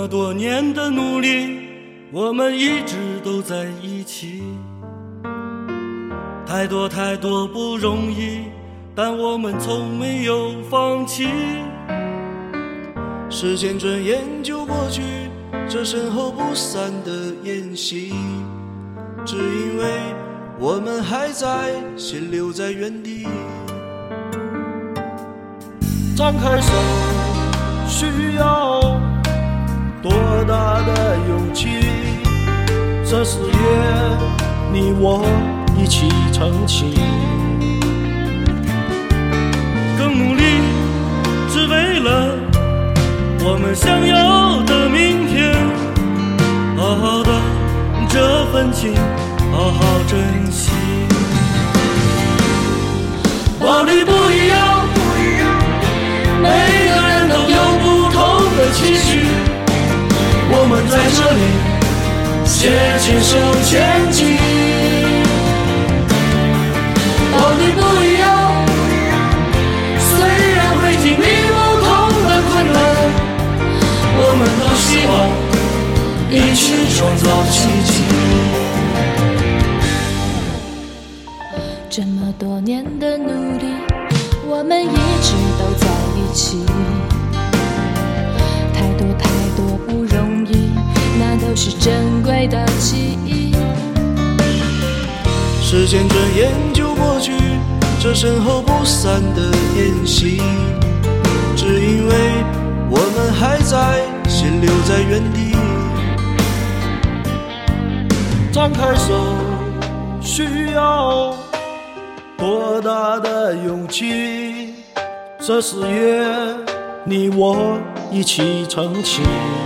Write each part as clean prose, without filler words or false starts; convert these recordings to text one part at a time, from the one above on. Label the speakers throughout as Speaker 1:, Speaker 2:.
Speaker 1: 多年的努力，我们一直都在一起。太多太多不容易，但我们从没有放弃。
Speaker 2: 时间转眼就过去，这身后不散的宴席，只因为我们还在，心留在原地。
Speaker 3: 张开手需要多大的勇气，这事业你我一起撑起，
Speaker 1: 更努力只为了我们想要的明天，好好的这份情好好珍惜。
Speaker 3: 道理不一样，每个人都有不同的期许，我们在这里携起手前进。道理不一样，虽然会经历不同的困难，我们都希望一起创造奇迹。
Speaker 4: 这么多年的努力，我们一直都在一起。太多太多不容易，那都是珍贵的记忆。
Speaker 2: 时间转眼就过去，这身后不散的宴席，只因为我们还在，心留在原地。
Speaker 3: 张开手需要多大的勇气，这事业你我一起撑起，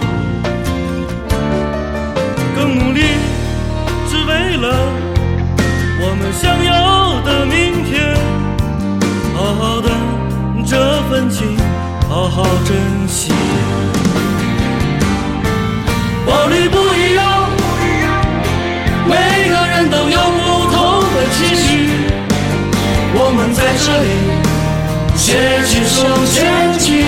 Speaker 1: 更努力只为了我们想要的明天，好好的这份情好好珍惜。
Speaker 3: 道理不一样，每个人都有不同的期许，我们在这里携起手前进。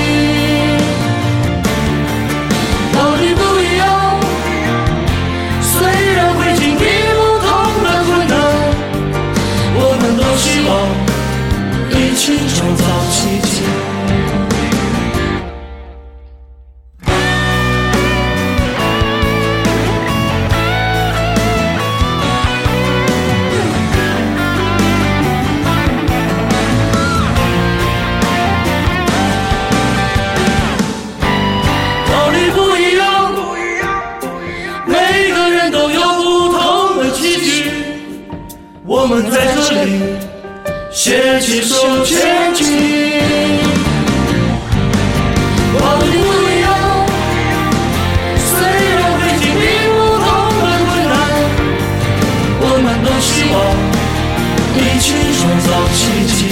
Speaker 3: 道理不一样，虽然会经历不同的困难，我们都希望一起创造奇迹。我们在这里携起手前进。道理不一样，虽然会经历不同的困难，我们都希望一起创造奇迹。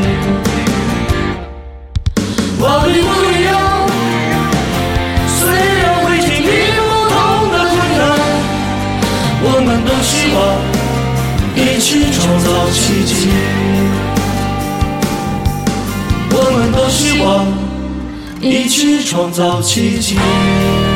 Speaker 3: 道理不一样，虽然会经历不同的困难，我们都希望一起创造奇迹，我们都希望一起创造奇迹。